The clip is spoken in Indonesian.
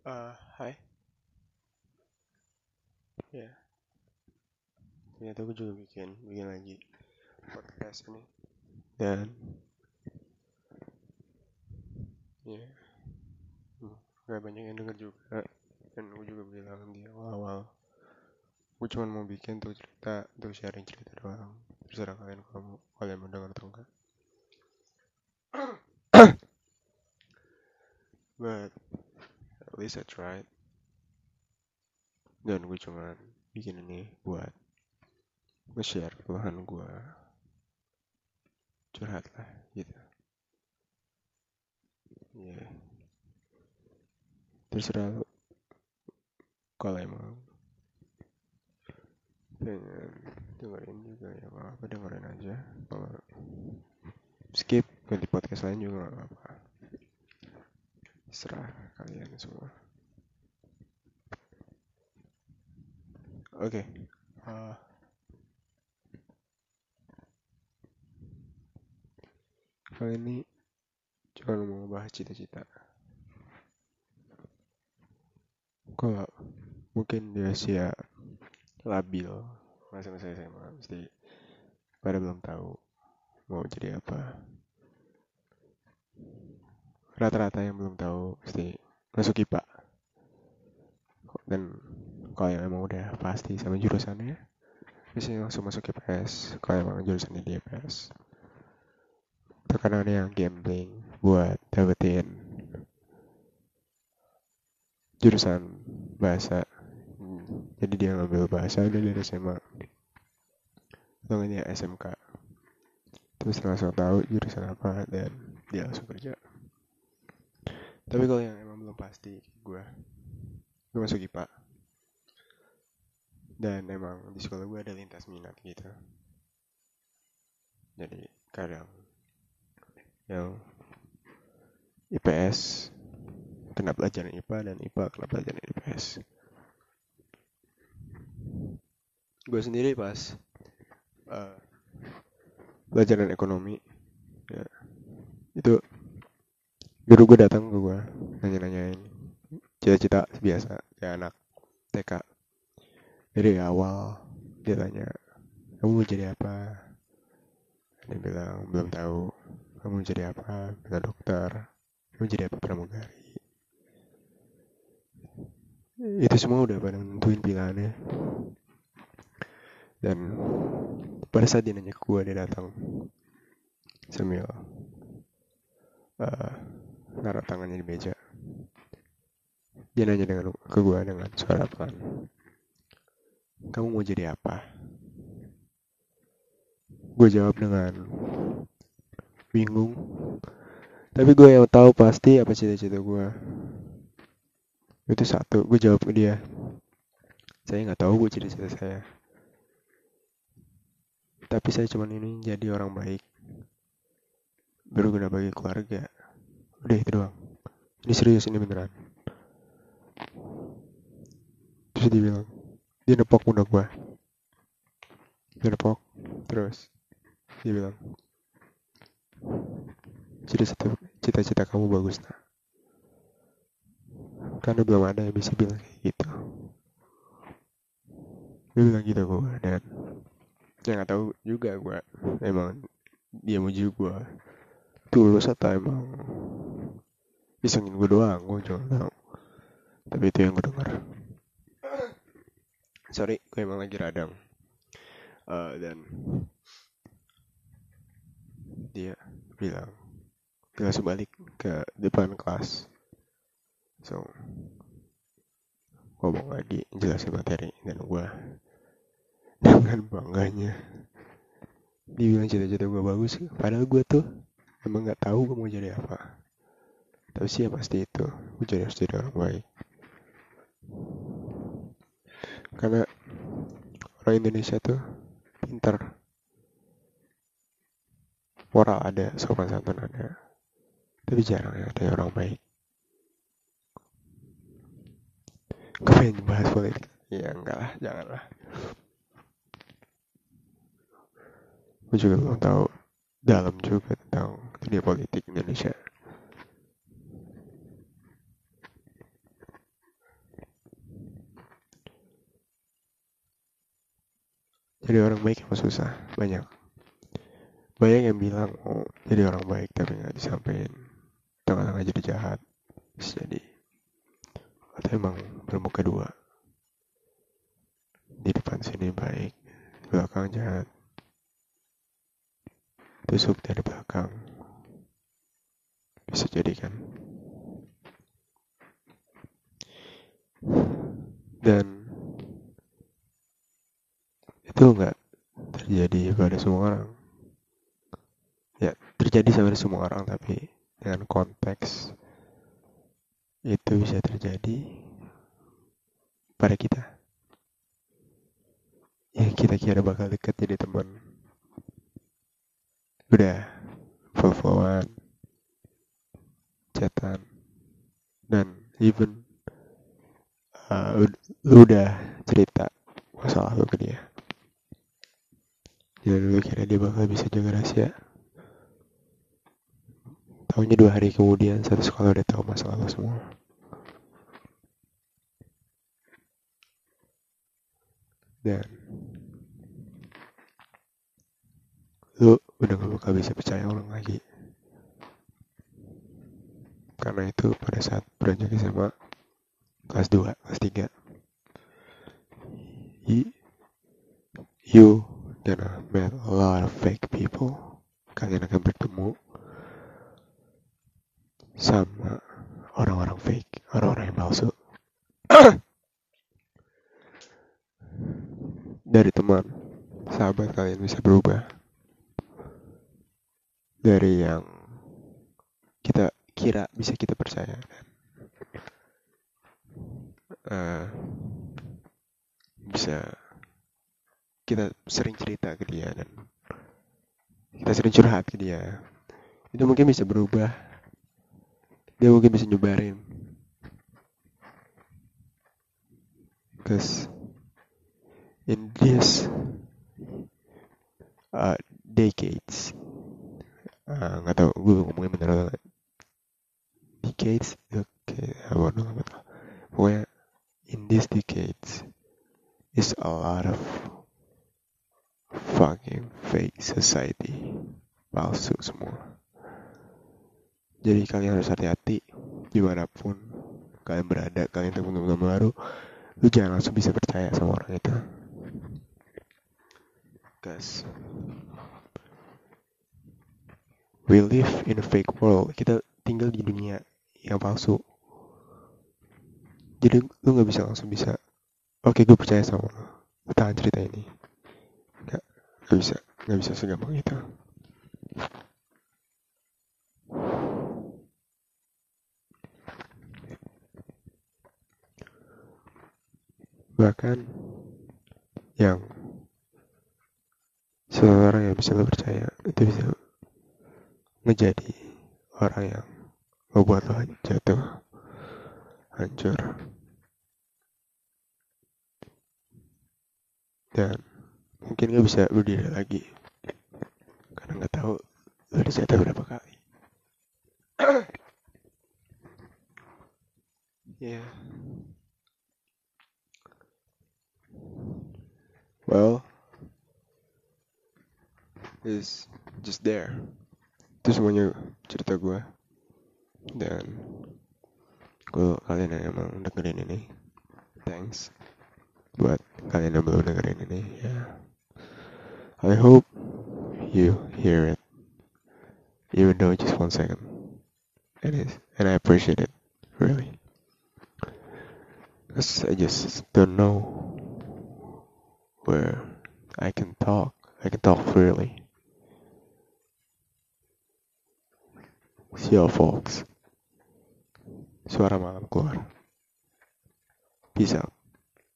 Hai. Ya, ternyata aku juga bikin lagi podcast ini. Dan ya, gak banyak yang denger juga. Dan aku juga bilang di awal-awal, aku cuma mau bikin tuh cerita, tuh sharing cerita doang. Terserah kalian kalau kalian mau denger atau enggak. But at least I tried. Dan gue cuma bikin ini buat nge-share keluhan gue, curhat lah gitu. Ya, terserah lu kalau emang pengen dengerin juga ya apa dengerin aja. Kalau skip ganti podcast lain juga gak apa-apa, serah kalian semua. Oke, kali ini cuma mau bahas cita-cita. Kalau mungkin di usia labil masa-masa SMA mesti pada belum tahu mau jadi apa. Rata-rata yang belum tahu mesti masuk IPA. Dan kalau yang emang udah pasti sama jurusannya biasanya langsung masuk IPS. Kalau emang jurusannya di IPS, terkadang ada yang gambling buat dapetin jurusan bahasa. Jadi dia ngambil bahasa udah dari SMA atau nggak SMK, terus langsung tahu jurusan apa dan dia langsung kerja. Tapi kalau yang emang belum pasti, gue masuk IPA dan emang di sekolah gue ada lintas minat gitu. Jadi kadang yang IPS kena pelajaran IPA dan IPA kena pelajaran IPS. Gue sendiri pas pelajaran ekonomi ya, itu guru gue datang ke gue nanya-nanyain cita-cita biasa kayak anak TK. Dari awal dia tanya, kamu mau jadi apa? Dia bilang belum tahu. Kamu mau jadi apa? Bilang dokter. Kamu jadi apa? Pramugari. Itu semua udah pada nentuin pilihannya. Dan pada saat dia nanya ke gue, dia datang sambil naruh tangannya di meja. Dia nanya ke gue dengan suara pelan, kamu mau jadi apa? Gue jawab dengan bingung. Tapi gue yang tahu pasti apa cita-cita gue. Itu satu, gue jawab ke dia, saya nggak tahu gue cita-cita saya. Tapi saya cuma ini jadi orang baik, berguna bagi keluarga. Udah itu doang. Ini serius, ini beneran. Terus dia bilang, dia nepok pundak gue. Dia nepok, terus dia bilang, cita-cita kamu bagus nah. Karena belum ada yang bisa bilang kayak gitu. Dia bilang gitu gue, dan ya nggak tahu juga gue emang dia muji gue tulus atau emang isengin gue doang, gue juga nggak tahu. Tapi itu yang gue dengar. Sorry, gue emang lagi radang. Dan dia bilang langsung balik ke depan kelas, so ngomong lagi jelasin materi, dan gue dengan bangganya dibilang cita-cita gue bagus. Padahal gue tuh emang nggak tahu gue mau jadi apa. Tapi sih ya pasti itu, gue harus jadi orang baik. Karena orang Indonesia tuh pintar, moral ada, sopan santun ada, tapi jarang ada orang baik. Gue pengen bahas politik, ya enggak lah, jangan lah. Gue juga belum tahu dalam juga tentang dunia politik Indonesia. Jadi orang baik emang susah, banyak yang bilang mau jadi orang baik tapi nggak disampaikan, tengah-tengah jadi jahat. Jadi atau emang bermuka dua, di depan sini baik, di belakang jahat, tusuk dari belakang, bisa jadi kan. Dan itu nggak terjadi pada semua orang. Ya, terjadi pada semua orang tapi dengan konteks itu bisa terjadi pada kita. Ya kita kira bakal dekat jadi teman, udah follow-followan, chatan, dan even lu udah cerita masalah lu ke dia. Jadi lu kira dia bakal bisa jaga rahasia. Tahunya 2 hari kemudian satu sekolah udah tahu masalah lu semua. Dan lu udah gak bakal bisa percaya orang lagi. Karena itu pada saat beranjak SMA kelas 2, kelas 3, you gonna meet a lot of fake people. Kalian akan bertemu sama orang-orang fake, orang-orang yang palsu. Dari teman, sahabat kalian bisa berubah. Dari yang kita kira bisa kita percaya kan. Bisa kita sering cerita ke dia dan kita sering curhat ke dia, itu mungkin bisa berubah. Dia mungkin bisa nyebarin. Because in this decades, nggak tahu gue ngomongin bener atau nggak. Decades, okay, pokoknya in these decades is a lot of fucking fake society, palsu semua. Jadi kalian harus hati-hati dimanapun kalian berada, kalian teman-teman baru, lu jangan langsung bisa percaya sama orang itu. Guys, we live in a fake world. Kita tinggal di dunia yang palsu. Jadi lu nggak bisa langsung bisa, oke, gue percaya sama lu, tahan cerita ini. Nggak bisa segampang itu. Bahkan yang seseorang yang bisa lo percaya itu bisa menjadi orang yang membuat lo jatuh, hancur, dan mungkin gak bisa berdiri lagi karena nggak tahu lo dijatuh berapa kali. Yeah. Well, it's just there. Itu semuanya cerita gue. Dan kalau kalian yang emang dengerin ini, thanks. Buat kalian yang belum dengerin ini, ya, I hope you hear it, even though just 1 second. It is, and I appreciate it, really. Because I just don't know where I can talk freely. See you folks. Suara malam keluar. Peace out.